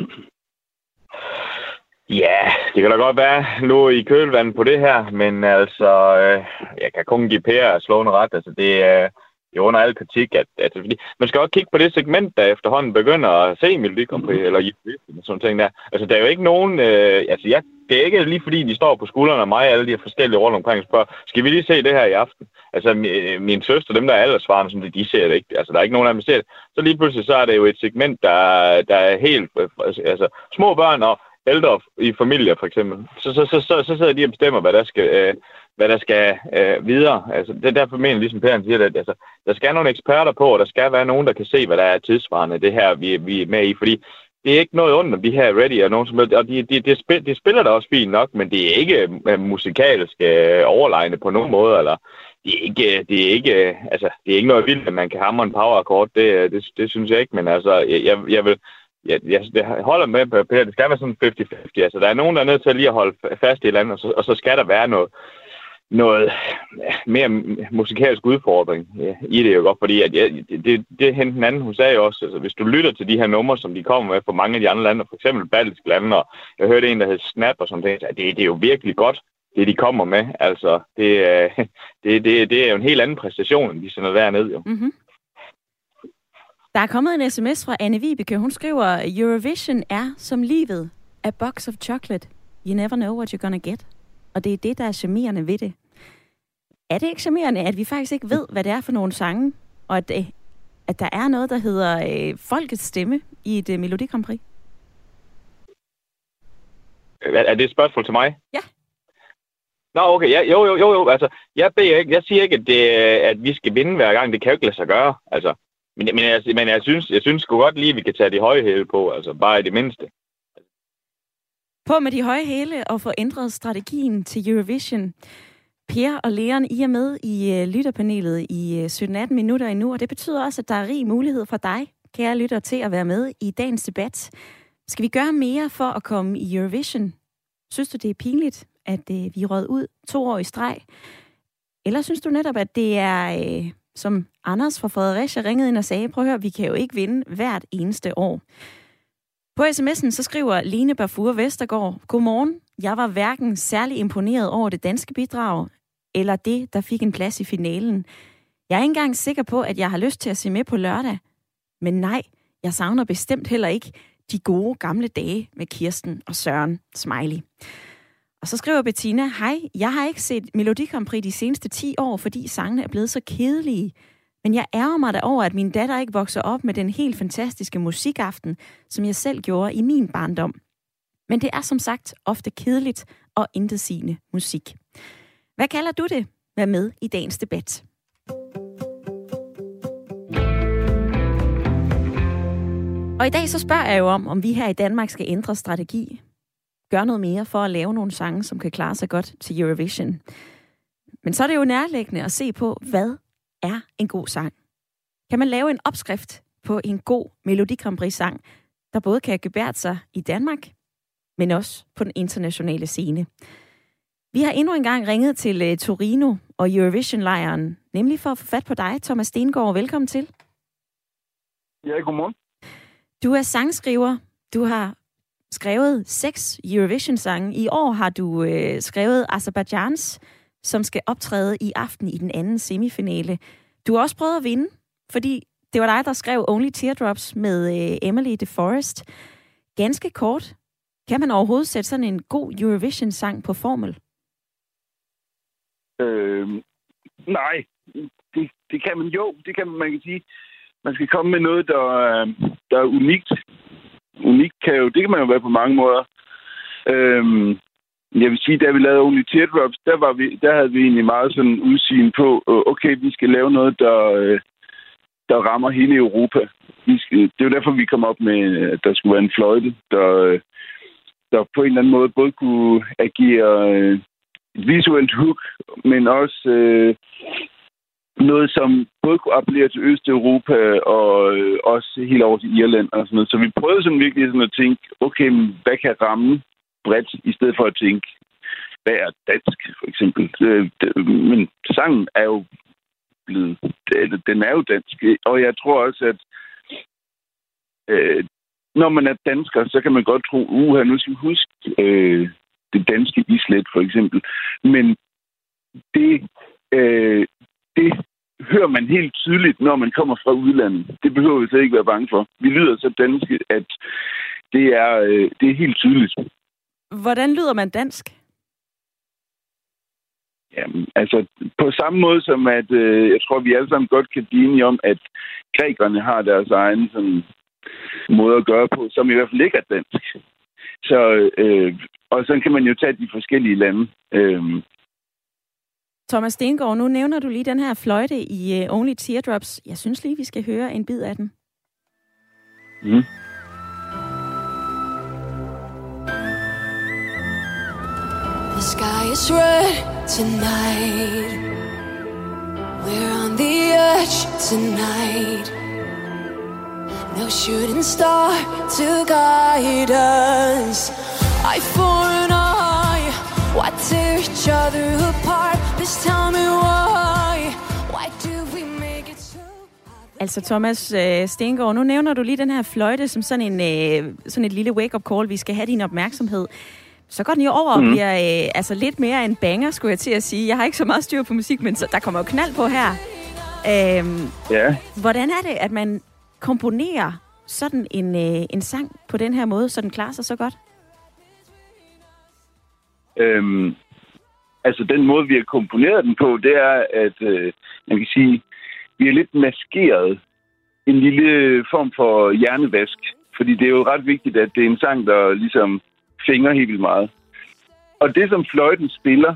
Ja, det kan da godt være nu i kølvandet på det her, men altså, øh, jeg kan kun give Per slående ret. Altså, det er jo under al kritik, at, at fordi, man skal også kigge på det segment, der efterhånden begynder at se Melodi Grand Prix, eller Eurovision, sådan ting der. Altså, der er jo ikke nogen, øh, altså, jeg, det er ikke lige fordi, de står på skuldrene af mig, alle de her forskellige rundt omkring, og spørger, skal vi lige se det her i aften? Altså, min, min søster, dem der er aldersvarende, som de ser det ikke. Altså, der er ikke nogen af dem, der ser det. Så lige pludselig, så er det jo et segment, der, der er helt, altså, små børn og ældre i familier, for eksempel. Så, så, så, så, så sidder de og bestemmer, hvad der skal, øh, hvad der skal øh, videre. Altså, det er derfor mener, ligesom Per siger, at altså, der skal nogle eksperter på, og der skal være nogen, der kan se, hvad der er tidsvarende, det her, vi, vi er med i. Fordi det er ikke noget under de her Ready og nogen som helst. Og de, de, de, spil, de spiller da også fint nok, men det er ikke uh, musikalsk uh, overlegne på nogen måde. Eller, det, er ikke, det, er ikke, uh, altså, det er ikke noget vildt, at man kan hamre en power-akkord. Det, det, det synes jeg ikke, men altså, jeg, jeg vil... Ja, jeg holder med, Peter. Det skal være sådan halvtreds halvtreds. Altså, der er nogen, der er nødt til at lige at holde fast i et eller andet, og så, og så skal der være noget, noget mere musikalsk udfordring ja, i det jo godt, fordi at, ja, det, det hente den anden, hun sagde jo også, altså, hvis du lytter til de her numre, som de kommer med fra mange af de andre lande, for eksempel baltiske lande, og jeg hørte en, der hed Snap og sådan noget, det, det er jo virkelig godt, det de kommer med. Altså, det, det, det, det er jo en helt anden præstation, end de sender derned jo. Mm-hmm. Der er kommet en sms fra Anne Vibeke. Hun skriver, Eurovision er som livet. A box of chocolate. You never know what you're gonna get. Og det er det, der er charmerende ved det. Er det ikke charmerende, at vi faktisk ikke ved, hvad det er for nogle sange, og at, det, at der er noget, der hedder øh, folkets stemme i et øh, Melodi Grand Prix? Er det et spørgsmål til mig? Ja. Nå, okay. Ja, jo, jo, jo, jo. Altså, jeg, beder ikke, jeg siger ikke, at, det, at vi skal vinde hver gang. Det kan jo ikke lade sig gøre. Altså, men, men, jeg, men jeg synes, jeg synes sgu godt lige, at vi kan tage de høje hæle på. Altså, bare i det mindste. På med de høje hæle og få ændret strategien til Eurovision. Per og Leon, I er med i uh, lytterpanelet i uh, sytten atten minutter endnu, og det betyder også, at der er rig mulighed for dig, kære lytter, til at være med i dagens debat. Skal vi gøre mere for at komme i Eurovision? Synes du, det er pinligt, at uh, vi er røget ud to år i streg? Eller synes du netop, at det er, uh, som Anders fra Fredericia ringede ind og sagde, prøv at høre, vi kan jo ikke vinde hvert eneste år. På sms'en så skriver Line Bafur Vestergaard, godmorgen. Jeg var hverken særlig imponeret over det danske bidrag, eller det, der fik en plads i finalen. Jeg er ikke engang sikker på, at jeg har lyst til at se med på lørdag. Men nej, jeg savner bestemt heller ikke de gode gamle dage med Kirsten og Søren. Smiley. Og så skriver Bettina, hej, jeg har ikke set Melodi Grand Prix de seneste ti år, fordi sangene er blevet så kedelige. Men jeg ærger mig da over, at min datter ikke vokser op med den helt fantastiske musikaften, som jeg selv gjorde i min barndom. Men det er som sagt ofte kedeligt og intetsigende musik. Hvad kalder du det? Vær med i dagens debat. Og i dag så spørger jeg jo om, om vi her i Danmark skal ændre strategi. Gøre noget mere for at lave nogle sange, som kan klare sig godt til Eurovision. Men så er det jo nærliggende at se på, hvad er en god sang? Kan man lave en opskrift på en god Melodi Grand Prix-sang, der både kan gebærde sig i Danmark, men også på den internationale scene? Vi har endnu engang ringet til uh, Torino og Eurovision-lejren, nemlig for at få fat på dig, Thomas Stengaard. Velkommen til. Ja, godmorgen. Du er sangskriver. Du har skrevet seks Eurovision-sange. I år har du øh, skrevet Azerbaiджans, som skal optræde i aften i den anden semifinale. Du har også prøvet at vinde, fordi det var dig, der skrev Only Teardrops med øh, Emily de Forest. Ganske kort. Kan man overhovedet sætte sådan en god Eurovision-sang på formel? Øh, nej, det, det kan man jo. Det kan man, man kan sige. Man skal komme med noget, der, der er unikt. Unikt kan jo, det kan man jo være på mange måder. Øhm, jeg vil sige, da vi lavede Only Teardrops, der, var vi, der havde vi egentlig meget sådan udsyn på, okay, vi skal lave noget, der, der rammer hele Europa. Vi skal, det er jo derfor, vi kom op med, at der skulle være en fløjte, der, der på en eller anden måde både kunne agere et visuelt hook, men også øh, noget, som både kunne appellere til Østeuropa og øh, også helt over til Irland og sådan noget. Så vi prøvede sådan virkelig sådan at tænke, okay, hvad kan ramme bredt, i stedet for at tænke, hvad er dansk, for eksempel. Øh, det, men sangen er jo blevet, det, den er jo dansk. Og jeg tror også, at øh, når man er dansker, så kan man godt tro, uha, nu skal vi huske øh, det danske islet, for eksempel. Men det, øh, det hører man helt tydeligt, når man kommer fra udlandet. Det behøver vi slet ikke være bange for. Vi lyder så danske, at det er, øh, det er helt tydeligt. Hvordan lyder man dansk? Jamen, altså på samme måde som, at øh, jeg tror, vi alle sammen godt kan blive enige om, at grækerne har deres egen sådan, måde at gøre på, som i hvert fald ikke er dansk. Så, øh, og så kan man jo tage de forskellige lande. Øh. Thomas Stengaard, nu nævner du lige den her fløjte i uh, Only Teardrops. Jeg synes lige, vi skal høre en bid af den. Mm. The sky is red tonight. We're on the edge tonight. No shooting star to guide us. Eye for an eye. Why tear each other apart? Please tell me why. Why do we make it so? Altså Thomas øh, Stengaard, nu nævner du lige den her fløjte som sådan, en, øh, sådan et lille wake-up call. Vi skal have din opmærksomhed. Så går den jo over og mm. bliver øh, altså lidt mere en banger, skulle jeg til at sige. Jeg har ikke så meget styr på musik, men så, der kommer jo knald på her. Øhm, ja. Hvordan er det, at man komponerer sådan en, øh, en sang på den her måde, så den klarer sig så godt? Øhm, altså den måde, vi har komponeret den på, det er, at øh, man kan sige, vi er lidt maskeret en lille form for hjernevask. Fordi det er jo ret vigtigt, at det er en sang, der ligesom fænger helt vildt meget. Og det, som fløjten spiller,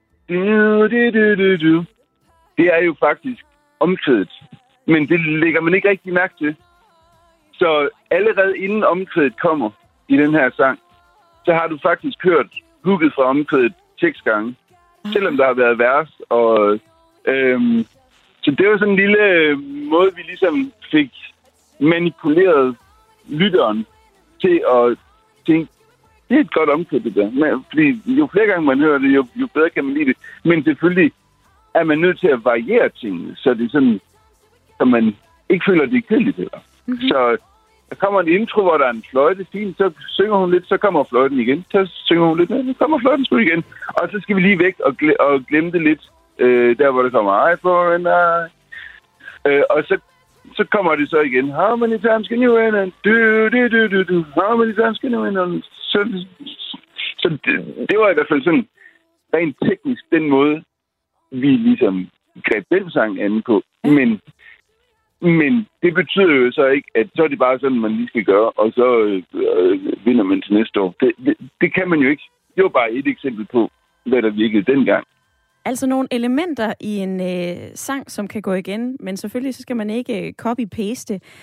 det er jo faktisk omkvædet. Men det lægger man ikke rigtig mærke til. Så allerede inden omkvædet kommer i den her sang, så har du faktisk hørt hooket fra omkvædet seks gange. Selvom der har været vers. Og, øhm, så det var sådan en lille måde, vi ligesom fik manipuleret lytteren til at tænke, det er et godt omkvæd, det der. Men, fordi jo flere gange man hører det, jo, jo bedre kan man lide det. Men selvfølgelig er man nødt til at variere tingene, så det er sådan, så man ikke føler, det er kedeligt. Mm-hmm. Så der kommer en intro, hvor der er en fløjte, fint, så synger hun lidt, så kommer fløjten igen. Så synger hun lidt, så kommer fløjten sgu igen. Og så skal vi lige væk og, gle- og glemme det lidt, øh, der hvor det kommer, ej, for en ej. Øh, og så, så kommer det så igen, how many times can you win? And do, do, do, do, do. How many times can you win? And så så det, det var i hvert fald sådan, rent teknisk, den måde, vi ligesom greb den sang anden på. Men Men det betyder jo så ikke, at så er det bare sådan, man lige skal gøre, og så øh, vinder man til næste år. Det, det, det kan man jo ikke. Det var bare et eksempel på, hvad der virkede dengang. Altså nogle elementer i en øh, sang, som kan gå igen, men selvfølgelig så skal man ikke copy-paste.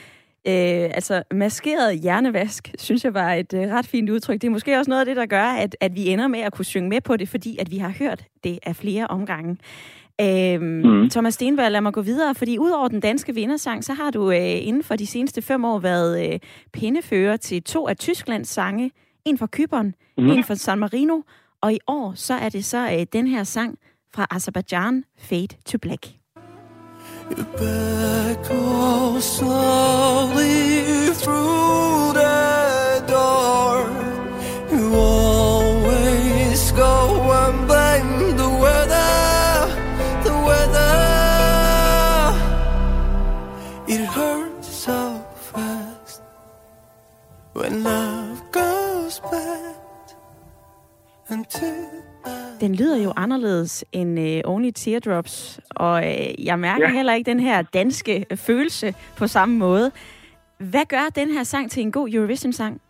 Øh, altså, maskeret hjernevask, synes jeg var et øh, ret fint udtryk. Det er måske også noget af det, der gør, at, at vi ender med at kunne synge med på det, fordi at vi har hørt det af flere omgange. Øhm, mm. Thomas Stenberg, lad mig gå videre, fordi udover den danske vindersang, så har du øh, inden for de seneste fem år været øh, pindefører til to af Tysklands sange. En fra Cypern, mm. en fra San Marino, og i år så er det så øh, den her sang fra Aserbajdsjan, Fade to Black. You beckon slowly through the door. You always go and blame the weather, the weather. It hurts so fast when love goes bad until Den lyder jo anderledes end uh, Only Teardrops, og uh, jeg mærker ja. heller ikke den her danske følelse på samme måde. Hvad gør den her sang til en god Eurovision-sang?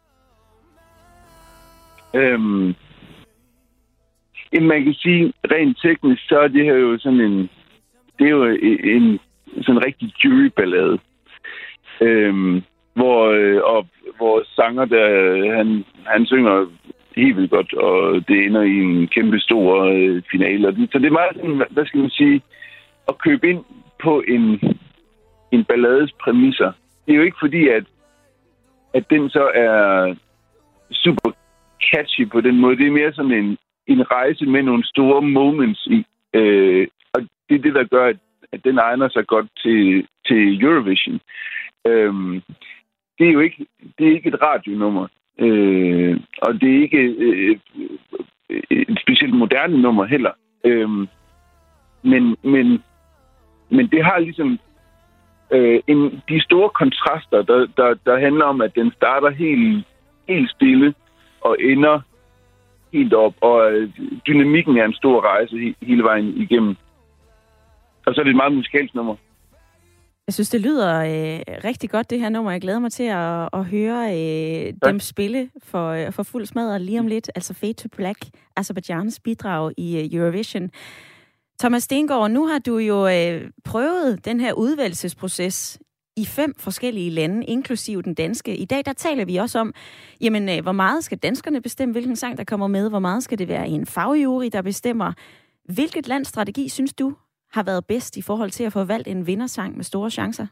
Øhm, man kan sige, rent teknisk, så er det her jo sådan en, det er jo en sådan en rigtig juryballade, øhm, hvor, øh, og, hvor sanger, der, han, han synger helt vildt godt, og det ender i en kæmpe stor øh, finale. Så det er meget sådan, hvad skal man sige, at købe ind på en, en ballades præmisser. Det er jo ikke fordi, at, at den så er super catchy på den måde. Det er mere sådan en, en rejse med nogle store moments i. Øh, og det er det, der gør, at, at den egner sig godt til, til Eurovision. Øh, det er jo ikke, det er ikke et radionummer. Øh, og det er ikke øh, et specielt moderne nummer heller. Øh, men, men, men det har ligesom øh, en, de store kontraster, der, der, der handler om, at den starter helt, helt stille og ender helt op. Og øh, dynamikken er en stor rejse he, hele vejen igennem. Og så er det et meget musikalsk nummer. Jeg synes, det lyder øh, rigtig godt, det her nummer. Jeg glæder mig til at, at høre øh, dem spille for, øh, for fuld smadret lige om lidt. Altså Fade to Black, Aserbajdsjans bidrag i øh, Eurovision. Thomas Stengaard, nu har du jo øh, prøvet den her udvælgelsesproces i fem forskellige lande, inklusive den danske. I dag der taler vi også om, jamen, øh, hvor meget skal danskerne bestemme, hvilken sang der kommer med? Hvor meget skal det være en fagjury, der bestemmer? Hvilket lands strategi synes du har været bedst i forhold til at få valgt en vindersang med store chancer?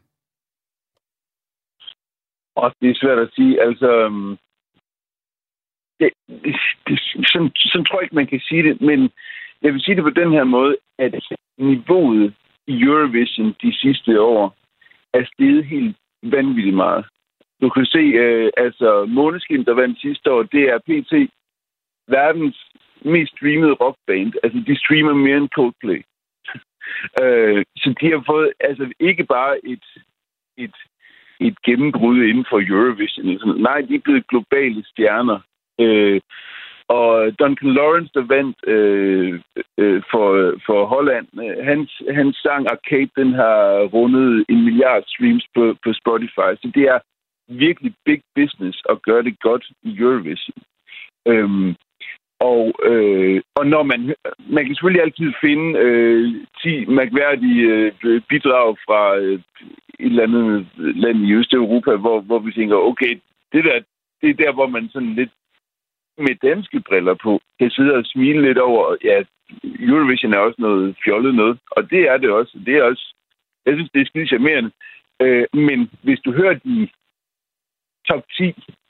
Og det er svært at sige. Altså, det, det, sådan, sådan tror jeg ikke, man kan sige det, men jeg vil sige det på den her måde, at niveauet i Eurovision de sidste år er steget helt vanvittigt meget. Du kan se, øh, altså Måneskin, der vandt sidste år, det er P T verdens mest streamede rockband. Altså, de streamer mere end Coldplay. Øh, så de har fået altså ikke bare et, et, et gennembrud inden for Eurovision. Sådan. Nej, de er blevet globale stjerner. Øh, og Duncan Lawrence, der vandt øh, øh, for, for Holland, øh, hans, hans sang Arcade, den har rundet en milliard streams på, på Spotify. Så det er virkelig big business at gøre det godt i Eurovision. Øh, Og, øh, og når man, man kan selvfølgelig altid finde øh, ti mærkværdige øh, bidrag fra øh, et eller andet land i Østeuropa, hvor, hvor vi tænker, okay, det der, det er der, hvor man sådan lidt med danske briller på kan sidde og smile lidt over, ja, Eurovision er også noget fjollet noget, og det er det også. Det er også, jeg synes, det er skide charmerende. Øh, men hvis du hører de top ti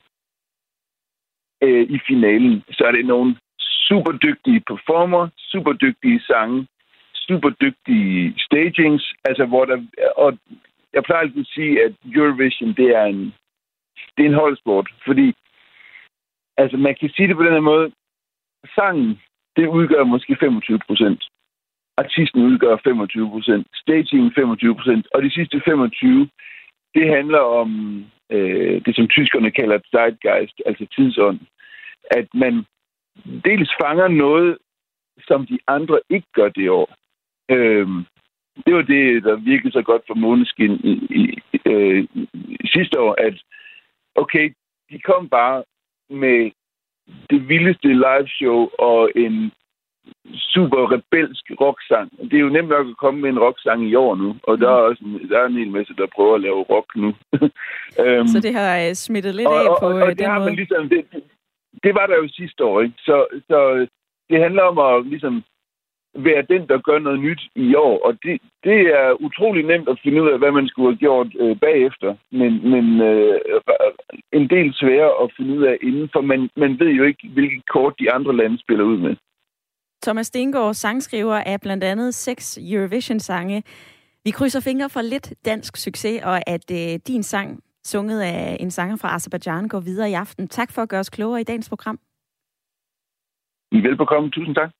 øh, i finalen, så er det nogle super dygtige performer, super dygtige sange, super dygtige stagings, altså hvor der, og jeg plejer altid at sige, at Eurovision, det er en, det er en holdsport, fordi, altså man kan sige det på den her måde, sangen, det udgør måske femogtyve procent, artisten udgør femogtyve procent, stagingen femogtyve procent, og de sidste femogtyve, det handler om øh, det, som tyskerne kalder Zeitgeist, altså tidsånd, at man dels fanger noget, som de andre ikke gør det år. Øhm, det var det, der virkede så godt for Måneskin i, i, øh, i sidste år, at okay, de kom bare med det vildeste liveshow og en super rebelsk rocksang. Det er jo nemt nok at komme med en rocksang i år nu, og der er også en, der er en hel masse, der prøver at lave rock nu. um, så det har uh, smittet lidt og, af på og, og, og den det har måde? Man ligesom, det, det var der jo sidste år, ikke? Så, så det handler om at ligesom være den, der gør noget nyt i år, og det, det er utrolig nemt at finde ud af, hvad man skulle have gjort øh, bagefter, men, men øh, en del sværere at finde ud af inden, for man, man ved jo ikke, hvilke kort de andre lande spiller ud med. Thomas Stengaard, sangskriver af blandt andet seks Eurovision-sange. Vi krydser fingre for lidt dansk succes, og at øh, din sang, sunget af en sanger fra Aserbajdsjan, går videre i aften. Tak for at gøre os klogere i dagens program. I er velbekomme. Tusind tak.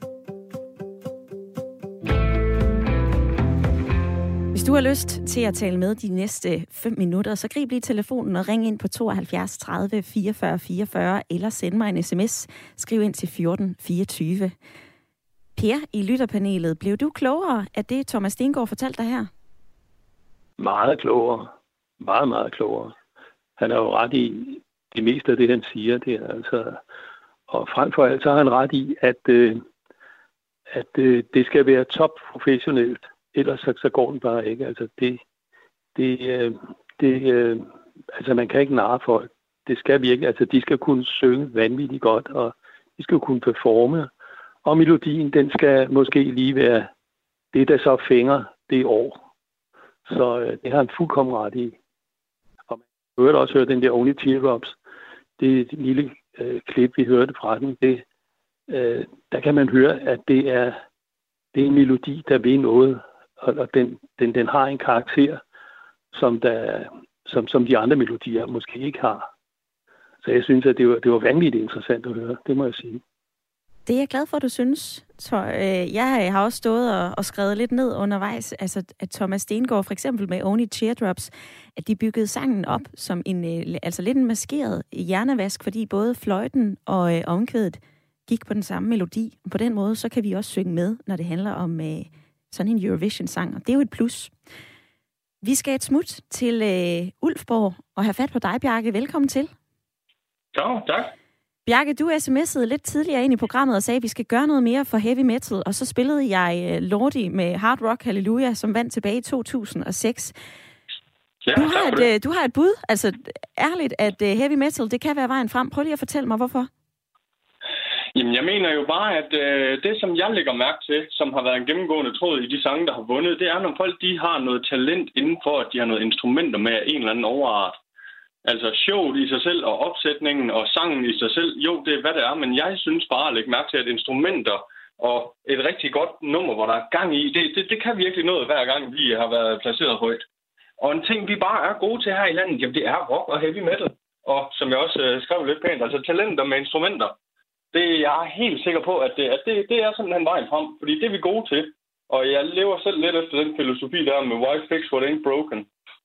Hvis du har lyst til at tale med de næste fem minutter, så grib lige telefonen og ring ind på tooghalvfjerds tredive fireogfyrre fireogfyrre, eller send mig en sms. Skriv ind til fjorten fireogtyve. Per i lytterpanelet, blev du klogere af det, Thomas Stengaard fortalte dig her? Meget klogere. Meget, meget klogere. Han er jo ret i det meste af det, han siger. Det er altså, og frem for alt, så har han ret i, at, øh, at øh, det skal være top professionelt. Ellers så, så går den bare ikke. Altså, det, det, øh, det, øh, altså man kan ikke narre folk. Det skal virke. Altså, de skal kunne synge vanvittigt godt, og de skal kunne performe. Og melodien, den skal måske lige være det, der så fænger det år. Så øh, det har han fuldkommen ret i. Og man hørte også høre den der Only Teardrops. Det, det lille øh, klip, vi hørte fra den, det, øh, der kan man høre, at det er, det er en melodi, der vil noget. Og den, den, den har en karakter, som, der, som, som de andre melodier måske ikke har. Så jeg synes, at det var, det var vanvittigt interessant at høre. Det må jeg sige. Det er jeg glad for, at du synes. Jeg har også stået og, og skrevet lidt ned undervejs, altså at Thomas Stengaard for eksempel med Only Teardrops, at de byggede sangen op som en, altså lidt en maskeret hjernevask, fordi både fløjten og øh, omkvædet gik på den samme melodi. På den måde, så kan vi også synge med, når det handler om øh, sådan en Eurovision-sang, og det er jo et plus. Vi skal et smut til øh, Ulfborg og have fat på dig, Bjarke. Velkommen til. Ja, tak. Bjarke, du sms'ede lidt tidligere ind i programmet og sagde, at vi skal gøre noget mere for heavy metal, og så spillede jeg Lordi med Hard Rock Hallelujah, som vandt tilbage i to tusind og seks. Ja, du, har et, du har et bud, altså ærligt, at heavy metal, det kan være vejen frem. Prøv lige at fortælle mig, hvorfor. Jamen, jeg mener jo bare, at øh, det, som jeg lægger mærke til, som har været en gennemgående tråd i de sange, der har vundet, det er, når folk de har noget talent indenfor, at de har noget instrumenter med en eller anden overart. Altså showet i sig selv og opsætningen og sangen i sig selv, jo, det er hvad det er, men jeg synes bare at lægge mærke til, at instrumenter og et rigtig godt nummer, hvor der er gang i, det, det, det kan virkelig noget hver gang, vi har været placeret højt. Og en ting, vi bare er gode til her i landet, jamen det er rock og heavy metal. Og som jeg også øh, skrev lidt pænt, altså talenter med instrumenter. Det jeg er helt sikker på, at det, at det, det er simpelthen vejen frem, fordi det er vi gode til. Og jeg lever selv lidt efter den filosofi der med why fix what ain't broken.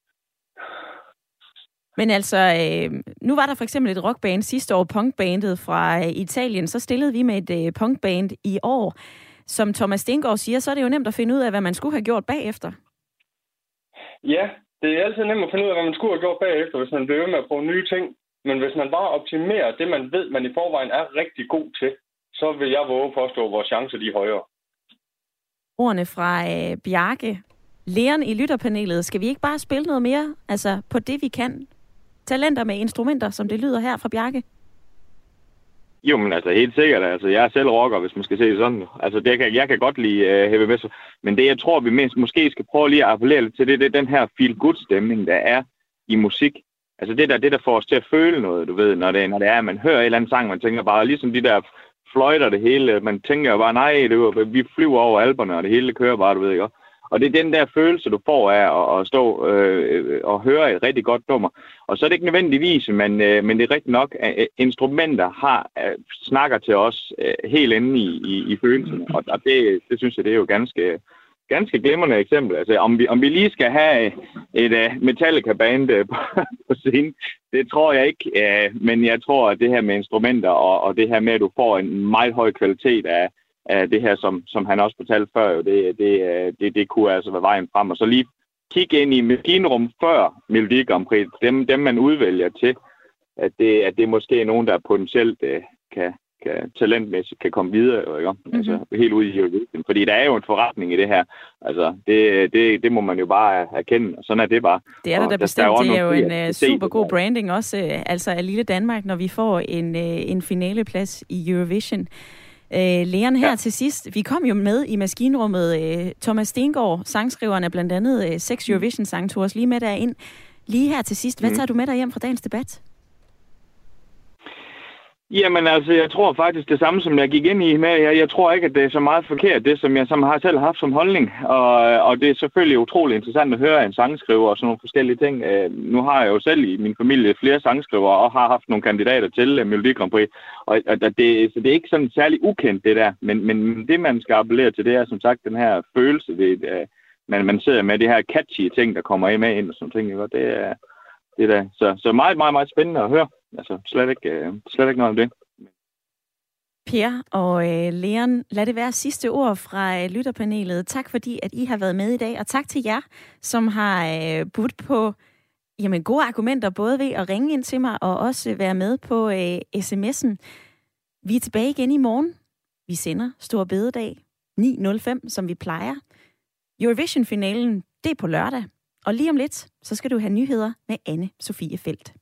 Men altså, øh, nu var der for eksempel et rockband sidste år, punkbandet fra øh, Italien. Så stillede vi med et øh, punkband i år. Som Thomas Stengaard siger, så er det jo nemt at finde ud af, hvad man skulle have gjort bagefter. Ja, det er altid nemt at finde ud af, hvad man skulle have gjort bagefter, hvis man bliver ved med at prøve nye ting. Men hvis man bare optimerer det, man ved, man i forvejen er rigtig god til, så vil jeg våge påstå, at vores chancer de er højere. Ordene fra øh, Bjarke. Læren i lytterpanelet. Skal vi ikke bare spille noget mere altså på det, vi kan? Talenter med instrumenter, som det lyder her fra Bjarke? Jo, men altså helt sikkert. Altså, jeg er selv rocker, hvis man skal se det sådan. Altså, det kan, jeg kan godt lide uh, heavy metal. Men det, jeg tror, vi mindst måske skal prøve lige at appellere lidt til, det, det er den her feel-good-stemning, der er i musik. Altså, det der, det der får os til at føle noget, du ved, når det, når det er, at man hører en eller anden sang, man tænker bare, ligesom de der fløjter det hele, man tænker bare, nej, det var, vi flyver over Alperne, og det hele kører bare, du ved ikke. Og det er den der følelse, du får af at, at stå øh, og høre et rigtig godt nummer. Og så er det ikke nødvendigvis, men, øh, men det er rigtigt nok, at instrumenter har, øh, snakker til os øh, helt inde i, i, i følelsen. Og, og det, det synes jeg, det er jo ganske, ganske glimrende eksempel. Altså, om vi, om vi lige skal have et uh, Metallica-band uh, på, på scenen, det tror jeg ikke. Uh, men jeg tror, at det her med instrumenter og, og det her med, at du får en meget høj kvalitet af af det her, som, som han også fortalte før, jo, det, det, det, det kunne altså være vejen frem. Og så lige kigge ind i maskinrum før Melodi Grand Prix, dem, dem man udvælger til, at det, at det måske er nogen, der potentielt uh, kan, kan, talentmæssigt kan komme videre, ikke? Mm-hmm. Altså helt ud i Eurovision. Fordi der er jo en forretning i det her. Altså, det, det, det må man jo bare erkende, og sådan er det bare. Det er der, der, der bestemt. Der er det er jo en uh, super det, god branding også, uh, altså af lille Danmark, når vi får en, uh, en finaleplads i Eurovision. Uh, Leon, her ja. til sidst, vi kom jo med i maskinrummet. Uh, Thomas Stengaard, sangskriveren af blandt andet uh, seks Eurovision-sang, tog os lige med derind. Lige her til sidst, hvad mm. tager du med dig hjem fra dagens debat? Jamen altså, jeg tror faktisk det samme, som jeg gik ind i med. Jeg, jeg tror ikke, at det er så meget forkert, det som jeg som har selv haft som holdning. Og, og det er selvfølgelig utrolig interessant at høre en sangskriver og sådan nogle forskellige ting. Uh, nu har jeg jo selv i min familie flere sangskrivere og har haft nogle kandidater til uh, Melodi Grand Prix. Og, og det, så det er ikke sådan særlig ukendt, det der. Men, men det, man skal appellere til, det er som sagt den her følelse, ved, uh, man, man sidder med de her catchy ting, der kommer med ind og sådan ting. Ikke? Det er det der. Så, så meget, meget, meget spændende at høre. Altså, slet ikke, øh, slet ikke noget om det. Per og øh, Leon, lad det være sidste ord fra øh, lytterpanelet. Tak fordi, at I har været med i dag, og tak til jer, som har øh, budt på jamen, gode argumenter, både ved at ringe ind til mig, og også være med på øh, sms'en. Vi er tilbage igen i morgen. Vi sender Stor Bededag ni nul fem, som vi plejer. Eurovision-finalen, det er på lørdag. Og lige om lidt, så skal du have nyheder med Anne Sofie Felt.